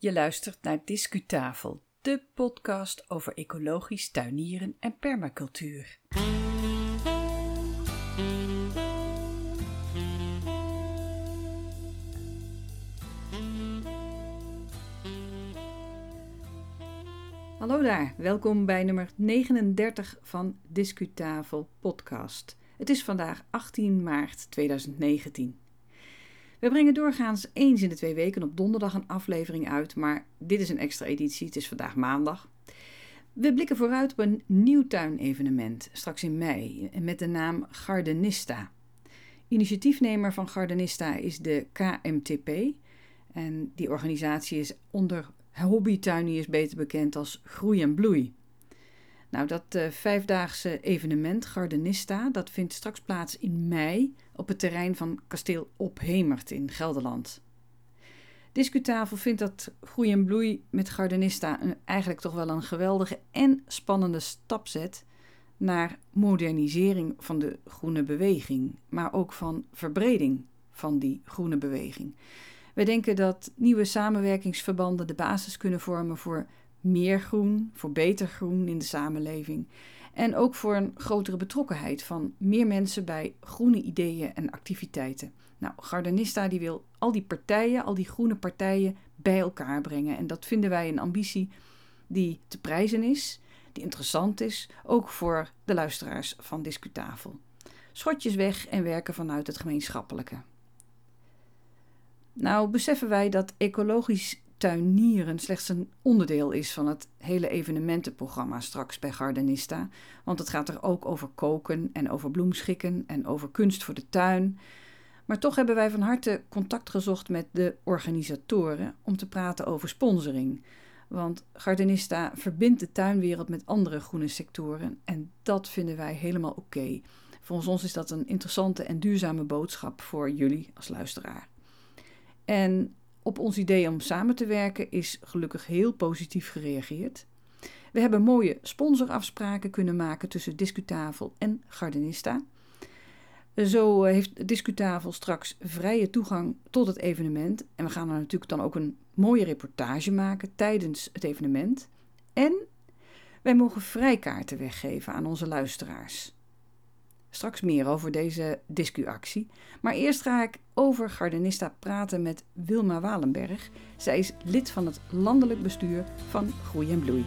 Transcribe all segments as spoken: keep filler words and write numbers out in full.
Je luistert naar Discutafel, de podcast over ecologisch tuinieren en permacultuur. Hallo daar, welkom bij nummer negenendertig van Discutafel podcast. Het is vandaag achttien maart tweeduizend negentien. We brengen doorgaans eens in de twee weken op donderdag een aflevering uit, maar dit is een extra editie, het is vandaag maandag. We blikken vooruit op een nieuw tuinevenement, straks in mei, met de naam Gardenista. Initiatiefnemer van Gardenista is de K M T P en die organisatie is onder hobbytuiniers beter bekend als Groei en Bloei. Nou, dat uh, vijfdaagse evenement Gardenista, dat vindt straks plaats in mei op het terrein van kasteel Ophemert in Gelderland. Discutafel vindt dat Groei en Bloei met Gardenista een, eigenlijk toch wel een geweldige en spannende stap zet naar modernisering van de groene beweging, maar ook van verbreding van die groene beweging. Wij denken dat nieuwe samenwerkingsverbanden de basis kunnen vormen voor meer groen, voor beter groen in de samenleving en ook voor een grotere betrokkenheid van meer mensen bij groene ideeën en activiteiten. Nou, Gardenista die wil al die partijen, al die groene partijen bij elkaar brengen en dat vinden wij een ambitie die te prijzen is, die interessant is, ook voor de luisteraars van Discutafel. Schotjes weg en werken vanuit het gemeenschappelijke. Nou beseffen wij dat ecologisch tuinieren slechts een onderdeel is van het hele evenementenprogramma straks bij Gardenista. Want het gaat er ook over koken en over bloemschikken en over kunst voor de tuin. Maar toch hebben wij van harte contact gezocht met de organisatoren om te praten over sponsoring. Want Gardenista verbindt de tuinwereld met andere groene sectoren en dat vinden wij helemaal oké. Volgens ons is dat een interessante en duurzame boodschap voor jullie als luisteraar. En op ons idee om samen te werken is gelukkig heel positief gereageerd. We hebben mooie sponsorafspraken kunnen maken tussen Discutafel en Gardenista. Zo heeft Discutafel straks vrije toegang tot het evenement. En we gaan er natuurlijk dan ook een mooie reportage maken tijdens het evenement. En wij mogen vrijkaarten weggeven aan onze luisteraars. Straks meer over deze discuactie. Maar eerst ga ik over Gardenista praten met Wilma Walenberg. Zij is lid van het landelijk bestuur van Groei en Bloei.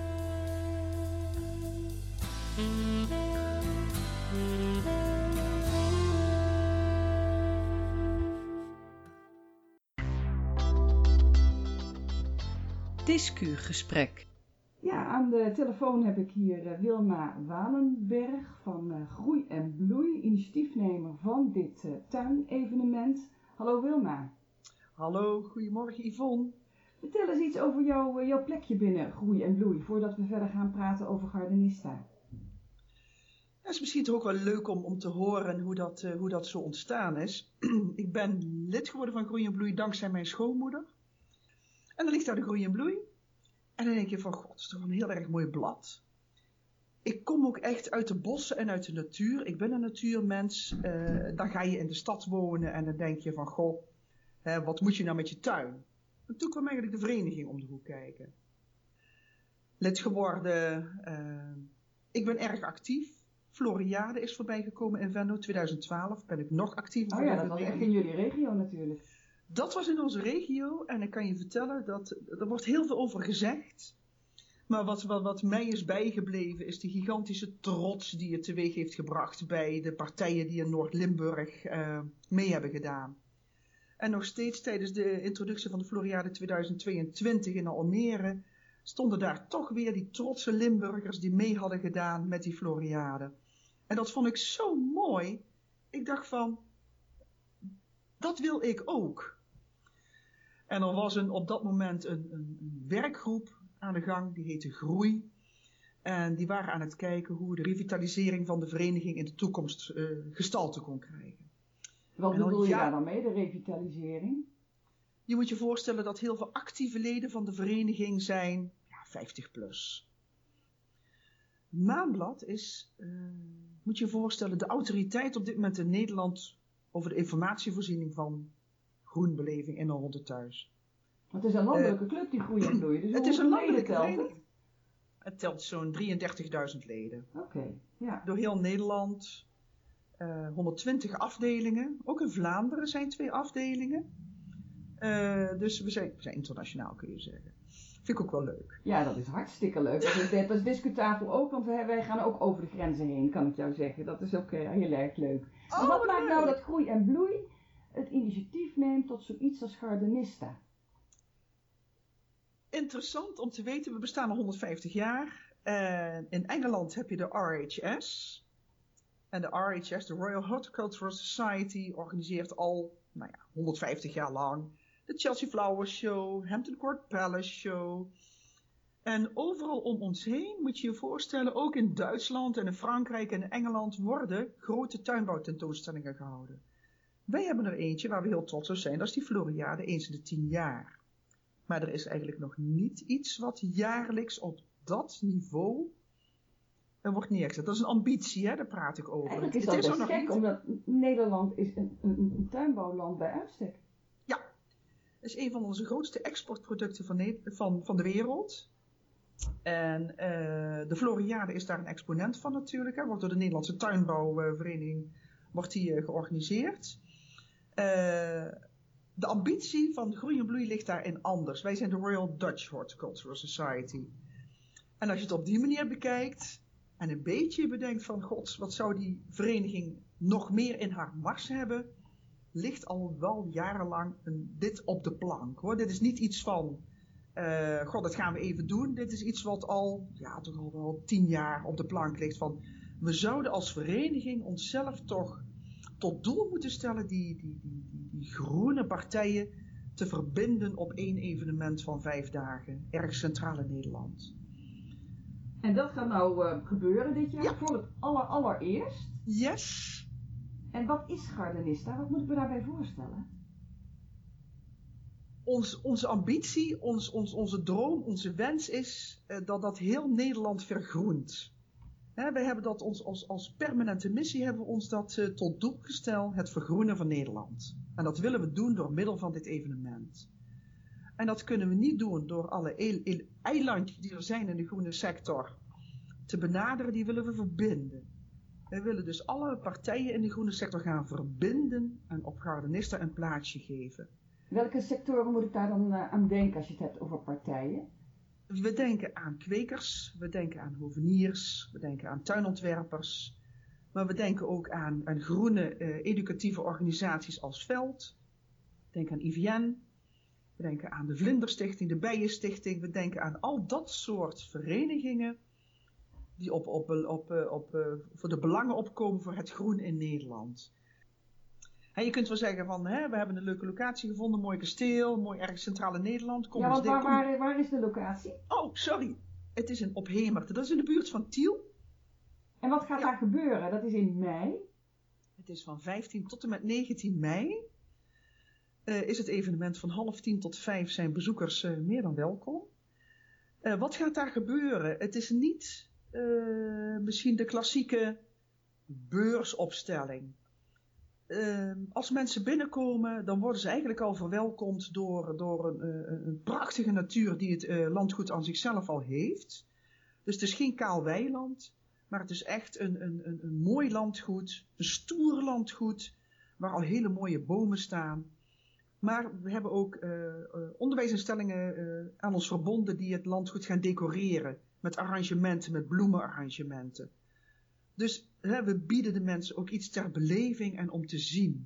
Discugesprek. Ja, aan de telefoon heb ik hier uh, Wilma Walenberg van uh, Groei en Bloei, initiatiefnemer van dit uh, tuinevenement. Hallo Wilma. Hallo, goedemorgen Yvonne. Vertel eens iets over jou, uh, jouw plekje binnen Groei en Bloei, voordat we verder gaan praten over Gardenista. Het is misschien toch ook wel leuk om, om te horen hoe dat, uh, hoe dat zo ontstaan is. Ik ben lid geworden van Groei en Bloei dankzij mijn schoonmoeder. En dan ligt daar de Groei en Bloei. En dan denk je van, god, dat is toch een heel erg mooi blad. Ik kom ook echt uit de bossen en uit de natuur. Ik ben een natuurmens. Uh, dan ga je in de stad wonen en dan denk je van, goh, hè, wat moet je nou met je tuin? En toen kwam eigenlijk de vereniging om de hoek kijken. Lid geworden. Uh, ik ben erg actief. Floriade is voorbij gekomen in Venlo twintig twaalf. Ben ik nog actiever. Oh ja, dat was echt in jullie regio natuurlijk. Dat was in onze regio en ik kan je vertellen dat er wordt heel veel over gezegd. Maar wat, wat, wat mij is bijgebleven is de gigantische trots die het teweeg heeft gebracht bij de partijen die in Noord-Limburg uh, mee hebben gedaan. En nog steeds tijdens de introductie van de Floriade twintig tweeëntwintig in Almere stonden daar toch weer die trotse Limburgers die mee hadden gedaan met die Floriade. En dat vond ik zo mooi. Ik dacht van, dat wil ik ook. En er was een, op dat moment een, een, een werkgroep aan de gang, die heette Groei. En die waren aan het kijken hoe de revitalisering van de vereniging in de toekomst uh, gestalte kon krijgen. Wat bedoel je ja, daar dan mee, de revitalisering? Je moet je voorstellen dat heel veel actieve leden van de vereniging zijn ja, vijftig plus. Maanblad is, uh, moet je je voorstellen, de autoriteit op dit moment in Nederland over de informatievoorziening van groenbeleving in en rond het thuis. Het is een landelijke uh, club die Groei en Bloei. Dus het is een landelijke vereniging. Het telt zo'n drieëndertigduizend leden. Oké, okay, ja. Door heel Nederland. Uh, honderdtwintig afdelingen. Ook in Vlaanderen zijn twee afdelingen. Uh, dus we zijn, we zijn internationaal, kun je zeggen. Vind ik ook wel leuk. Ja, dat is hartstikke leuk. Dat is, dat is Discutafel ook, want wij, wij gaan ook over de grenzen heen, kan ik jou zeggen. Dat is ook uh, heel erg leuk. Oh, maar wat maakt nou dat Groei en Bloei het initiatief neemt tot zoiets als Gardenista? Interessant om te weten, we bestaan al honderdvijftig jaar. Uh, in Engeland heb je de R H S. En de R H S, de Royal Horticultural Society, organiseert al nou ja, honderdvijftig jaar lang de Chelsea Flower Show, Hampton Court Palace Show. En overal om ons heen, moet je je voorstellen, ook in Duitsland en in Frankrijk en in Engeland worden grote tuinbouwtentoonstellingen gehouden. Wij hebben er eentje waar we heel trots op zijn, dat is die Floriade, eens in de tien jaar. Maar er is eigenlijk nog niet iets wat jaarlijks op dat niveau er wordt neergezet. Dat is een ambitie, hè? Daar praat ik over. Eigenlijk is dat het is best gek, niet... omdat Nederland is een, een, een tuinbouwland bij uitstek. Ja, het is een van onze grootste exportproducten van, van, van de wereld. En uh, de Floriade is daar een exponent van natuurlijk. Hè? Wordt door de Nederlandse Tuinbouwvereniging wordt die, uh, georganiseerd. Uh, de ambitie van Groei en Bloei ligt daarin anders. Wij zijn de Royal Dutch Horticultural Society. En als je het op die manier bekijkt en een beetje bedenkt van, god, wat zou die vereniging nog meer in haar mars hebben, ligt al wel jarenlang een, dit op de plank, hoor. Dit is niet iets van, uh, god, dat gaan we even doen. Dit is iets wat al, ja, toch al wel tien jaar op de plank ligt van, we zouden als vereniging onszelf toch tot doel moeten stellen die, die, die, die, die groene partijen te verbinden op één evenement van vijf dagen, erg centraal in Nederland. En dat gaat nou uh, gebeuren dit jaar, ja. voor het aller, allereerst. Yes. En wat is Gardenista? Wat moet ik me daarbij voorstellen? Ons, onze ambitie, ons, ons, onze droom, onze wens is uh, dat dat heel Nederland vergroent. Hè, wij hebben dat ons, als, als permanente missie hebben we ons dat uh, tot doel gesteld, het vergroenen van Nederland. En dat willen we doen door middel van dit evenement. En dat kunnen we niet doen door alle e- eilandjes die er zijn in de groene sector te benaderen, die willen we verbinden. Wij willen dus alle partijen in de groene sector gaan verbinden en op Gardenista een plaatsje geven. Welke sectoren moet ik daar dan uh, aan denken als je het hebt over partijen? We denken aan kwekers, we denken aan hoveniers, we denken aan tuinontwerpers. Maar we denken ook aan, aan groene uh, educatieve organisaties als Veld. We denken aan I V N. We denken aan de Vlinderstichting, de Bijenstichting. We denken aan al dat soort verenigingen die op, op, op, op, op, uh, voor de belangen opkomen voor het groen in Nederland. En je kunt wel zeggen van, hè, we hebben een leuke locatie gevonden, mooi kasteel, mooi erg centraal in Nederland. Kom ja, want waar, kom... waar, waar is de locatie? Oh, sorry. Het is in Ophemert. Dat is in de buurt van Tiel. En wat gaat ja. daar gebeuren? Dat is in mei? Het is van vijftien tot en met negentien mei. Uh, is het evenement van half tien tot vijf zijn bezoekers uh, meer dan welkom. Uh, wat gaat daar gebeuren? Het is niet uh, misschien de klassieke beursopstelling. Uh, als mensen binnenkomen, dan worden ze eigenlijk al verwelkomd door, door een, uh, een prachtige natuur die het uh, landgoed aan zichzelf al heeft. Dus het is geen kaal weiland, maar het is echt een, een, een, een mooi landgoed, een stoer landgoed, waar al hele mooie bomen staan. Maar we hebben ook uh, uh, onderwijsinstellingen uh, aan ons verbonden die het landgoed gaan decoreren. Met arrangementen, met bloemenarrangementen. Dus hè, we bieden de mensen ook iets ter beleving en om te zien.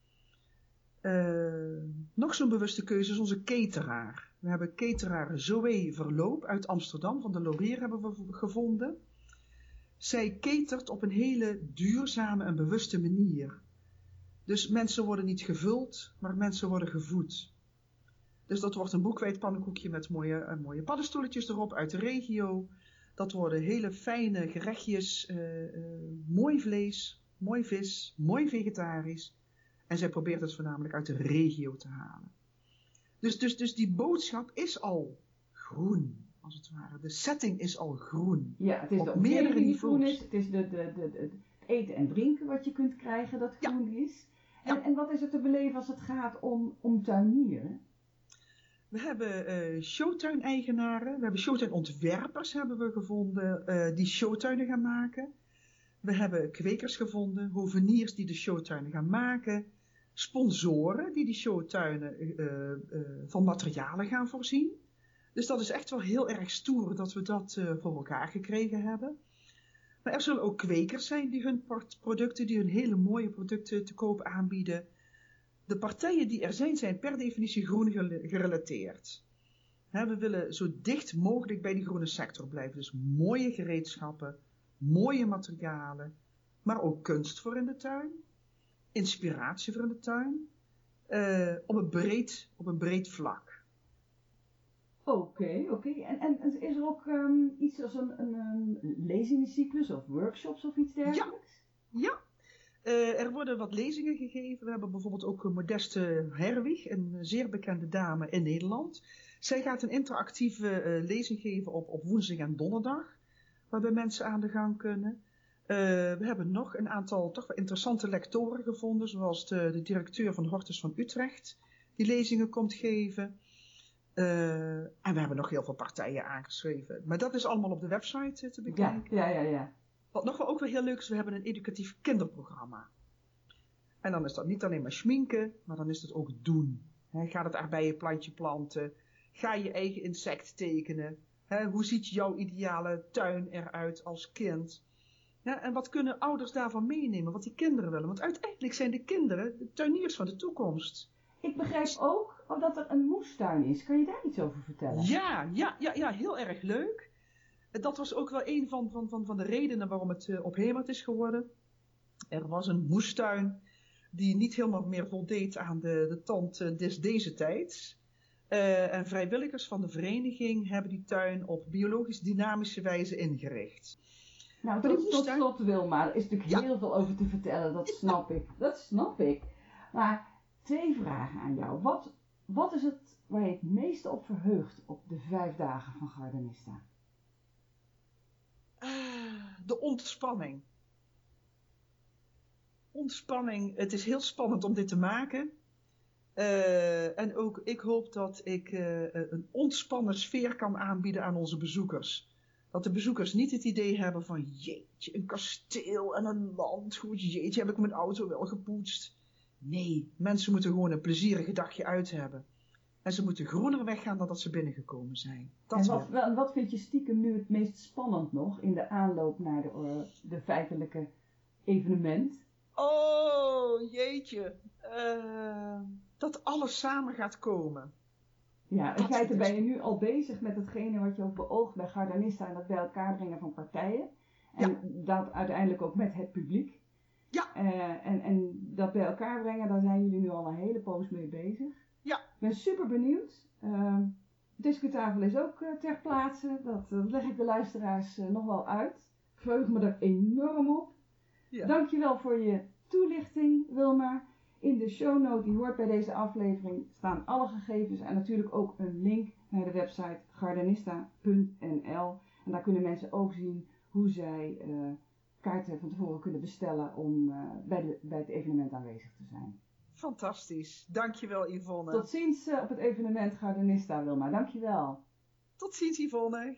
Uh, nog zo'n bewuste keuze is onze cateraar. We hebben cateraar Zoe Verloop uit Amsterdam, van de Laurier hebben we gevonden. Zij catert op een hele duurzame en bewuste manier. Dus mensen worden niet gevuld, maar mensen worden gevoed. Dus dat wordt een boekwijdpannenkoekje met mooie, uh, mooie paddenstoeltjes erop uit de regio. Dat worden hele fijne gerechtjes, uh, uh, mooi vlees, mooi vis, mooi vegetarisch. En zij probeert het voornamelijk uit de regio te halen. Dus, dus, dus die boodschap is al groen, als het ware. De setting is al groen. Ja, het is op de omgeving die groen niveaus. is. Het is de, de, de, de, het eten en drinken wat je kunt krijgen dat groen ja. is. En, ja. en wat is er te beleven als het gaat om, om tuinieren? We hebben uh, showtuin-eigenaren, we hebben showtuinontwerpers hebben we gevonden uh, die showtuinen gaan maken. We hebben kwekers gevonden, hoveniers die de showtuinen gaan maken, sponsoren die die showtuinen uh, uh, van materialen gaan voorzien. Dus dat is echt wel heel erg stoer dat we dat uh, voor elkaar gekregen hebben. Maar er zullen ook kwekers zijn die hun producten, die hun hele mooie producten te koop aanbieden. De partijen die er zijn, zijn per definitie groen gerelateerd. He, we willen zo dicht mogelijk bij die groene sector blijven. Dus mooie gereedschappen, mooie materialen, maar ook kunst voor in de tuin, inspiratie voor in de tuin, uh, op, een breed, op een breed vlak. Oké, okay, oké. Okay. En, en is er ook um, iets als een, een, een lezingencyclus of workshops of iets dergelijks? Ja, ja. Uh, er worden wat lezingen gegeven. We hebben bijvoorbeeld ook Modeste Herwig, een zeer bekende dame in Nederland. Zij gaat een interactieve uh, lezing geven op, op woensdag en donderdag, waarbij mensen aan de gang kunnen. Uh, we hebben nog een aantal toch wel interessante lectoren gevonden, zoals de, de directeur van Hortus van Utrecht, die lezingen komt geven. Uh, en we hebben nog heel veel partijen aangeschreven. Maar dat is allemaal op de website uh, te bekijken. Ja, ja, ja, ja. Wat nog wel ook wel heel leuk is, we hebben een educatief kinderprogramma. En dan is dat niet alleen maar schminken, maar dan is het ook doen. He, ga het aardbeienplantje planten. Ga je eigen insect tekenen. He, hoe ziet jouw ideale tuin eruit als kind? Ja, en wat kunnen ouders daarvan meenemen, wat die kinderen willen? Want uiteindelijk zijn de kinderen de tuiniers van de toekomst. Ik begrijp ook dat er een moestuin is. Kan je daar iets over vertellen? Ja, ja, ja, ja, heel erg leuk. Dat was ook wel een van, van, van, van de redenen waarom het uh, op Hemert is geworden. Er was een moestuin die niet helemaal meer voldeed aan de, de tand uh, des deze tijds. Uh, en vrijwilligers van de vereniging hebben die tuin op biologisch dynamische wijze ingericht. Nou, tot, tot slot Wilma, er is natuurlijk ja. heel veel over te vertellen, dat snap ja. ik. Dat snap ik. Maar twee vragen aan jou. Wat, wat is het waar je het meeste op verheugt op de vijf dagen van Gardenista? Uh, de ontspanning. Ontspanning. Het is heel spannend om dit te maken. Uh, en ook ik hoop dat ik uh, een ontspannen sfeer kan aanbieden aan onze bezoekers. Dat de bezoekers niet het idee hebben van jeetje, een kasteel en een landgoed. Jeetje, heb ik mijn auto wel gepoetst. Nee, mensen moeten gewoon een plezierig dagje uit hebben. En ze moeten groener weggaan dan dat ze binnengekomen zijn. Dat en wat, wel, wat vind je stiekem nu het meest spannend nog in de aanloop naar de, uh, de feitelijke evenement? Oh, jeetje. Uh, dat alles samen gaat komen. Ja, in feite ben je nu al bezig met hetgene wat je ook beoogt bij Gardenista en dat bij elkaar brengen van partijen. En ja. dat uiteindelijk ook met het publiek. Ja. Uh, en, en dat bij elkaar brengen, daar zijn jullie nu al een hele poos mee bezig. Ja. Ik ben super benieuwd. Uh, de discutafel is ook uh, ter plaatse. Dat, uh, dat leg ik de luisteraars uh, nog wel uit. Ik verheug me er enorm op. Ja. Dankjewel voor je toelichting, Wilma. In de shownote die hoort bij deze aflevering staan alle gegevens en natuurlijk ook een link naar de website gardenista punt n l. En daar kunnen mensen ook zien hoe zij uh, kaarten van tevoren kunnen bestellen om uh, bij, de, bij het evenement aanwezig te zijn. Fantastisch. Dankjewel Yvonne. Tot ziens uh, op het evenement Gardenista, Wilma. Dankjewel. Tot ziens Yvonne.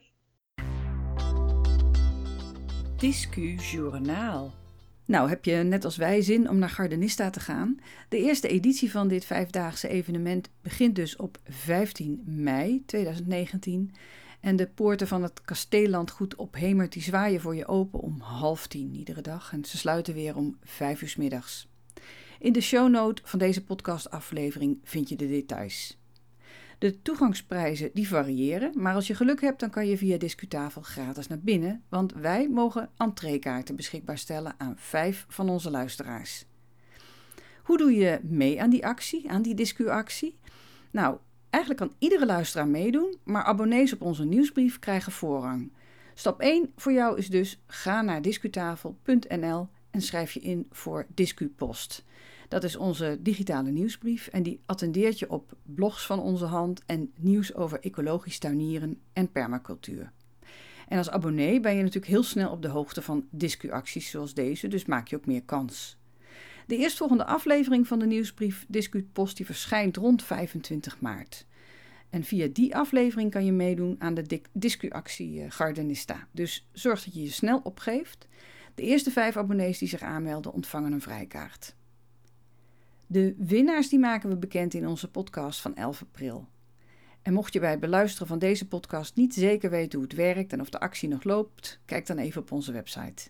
Discu Journaal. Nou, heb je net als wij zin om naar Gardenista te gaan? De eerste editie van dit vijfdaagse evenement begint dus op vijftien mei tweeduizend negentien. En de poorten van het kasteellandgoed op Hemert die zwaaien voor je open om half tien iedere dag. En ze sluiten weer om vijf uur 's middags. In de shownote van deze podcastaflevering vind je de details. De toegangsprijzen die variëren, maar als je geluk hebt dan kan je via Discutafel gratis naar binnen, want wij mogen entreekaarten beschikbaar stellen aan vijf van onze luisteraars. Hoe doe je mee aan die actie, aan die discu-actie? Nou, eigenlijk kan iedere luisteraar meedoen, maar abonnees op onze nieuwsbrief krijgen voorrang. Stap één voor jou is dus ga naar discutafel punt n l en schrijf je in voor DiscuPost. Dat is onze digitale nieuwsbrief en die attendeert je op blogs van onze hand en nieuws over ecologisch tuinieren en permacultuur. En als abonnee ben je natuurlijk heel snel op de hoogte van discu-acties zoals deze, dus maak je ook meer kans. De eerstvolgende aflevering van de nieuwsbrief DiscuPost die verschijnt rond vijfentwintig maart. En via die aflevering kan je meedoen aan de discuactie Gardenista. Dus zorg dat je je snel opgeeft. De eerste vijf abonnees die zich aanmelden ontvangen een vrijkaart. De winnaars die maken we bekend in onze podcast van elf april. En mocht je bij het beluisteren van deze podcast niet zeker weten hoe het werkt en of de actie nog loopt, kijk dan even op onze website.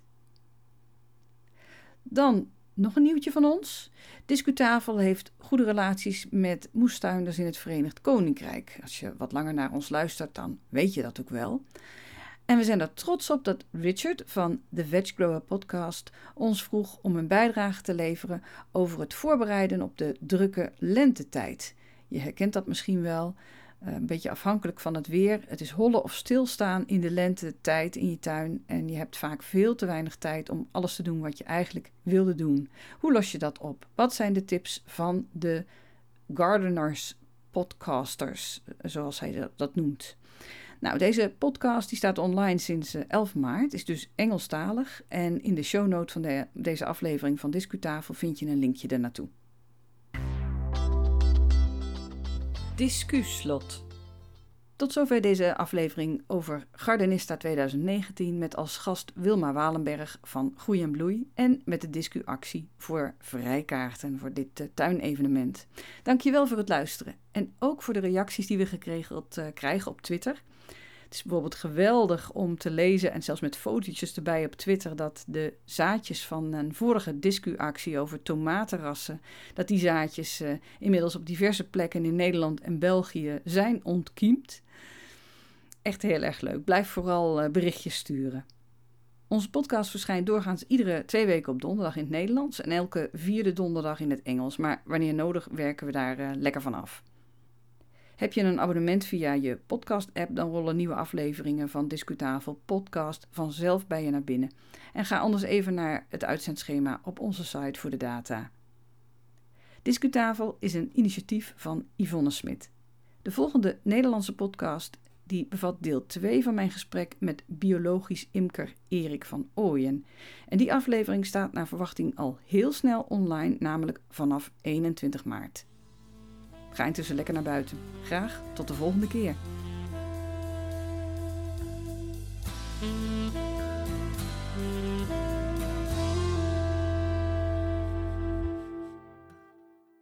Dan nog een nieuwtje van ons. Discutafel heeft goede relaties met moestuinders in het Verenigd Koninkrijk. Als je wat langer naar ons luistert, dan weet je dat ook wel. En we zijn er trots op dat Richard van de Veg Grower Podcast ons vroeg om een bijdrage te leveren over het voorbereiden op de drukke lentetijd. Je herkent dat misschien wel, een beetje afhankelijk van het weer. Het is hollen of stilstaan in de lentetijd in je tuin en je hebt vaak veel te weinig tijd om alles te doen wat je eigenlijk wilde doen. Hoe los je dat op? Wat zijn de tips van de gardeners, podcasters, zoals hij dat noemt? Nou, deze podcast die staat online sinds elf maart, is dus Engelstalig. En in de shownote van de, deze aflevering van Discutafel vind je een linkje ernaartoe. Discuslot. Tot zover deze aflevering over Gardenista twintig negentien met als gast Wilma Walenberg van Groei en Bloei en met de discuactie voor vrijkaarten voor dit uh, tuinevenement. Dankjewel voor het luisteren en ook voor de reacties die we gekregen uh, krijgen op Twitter. Het is bijvoorbeeld geweldig om te lezen en zelfs met fotootjes erbij op Twitter dat de zaadjes van een vorige discuactie over tomatenrassen, dat die zaadjes uh, inmiddels op diverse plekken in Nederland en België zijn ontkiemd. Echt heel erg leuk. Blijf vooral uh, berichtjes sturen. Onze podcast verschijnt doorgaans iedere twee weken op donderdag in het Nederlands en elke vierde donderdag in het Engels. Maar wanneer nodig werken we daar uh, lekker van af. Heb je een abonnement via je podcast-app, dan rollen nieuwe afleveringen van Discutafel podcast vanzelf bij je naar binnen. En ga anders even naar het uitzendschema op onze site voor de data. Discutafel is een initiatief van Yvonne Smit. De volgende Nederlandse podcast die bevat deel twee van mijn gesprek met biologisch imker Erik van Ooyen. En die aflevering staat naar verwachting al heel snel online, namelijk vanaf eenentwintig maart. Ga intussen lekker naar buiten. Graag tot de volgende keer.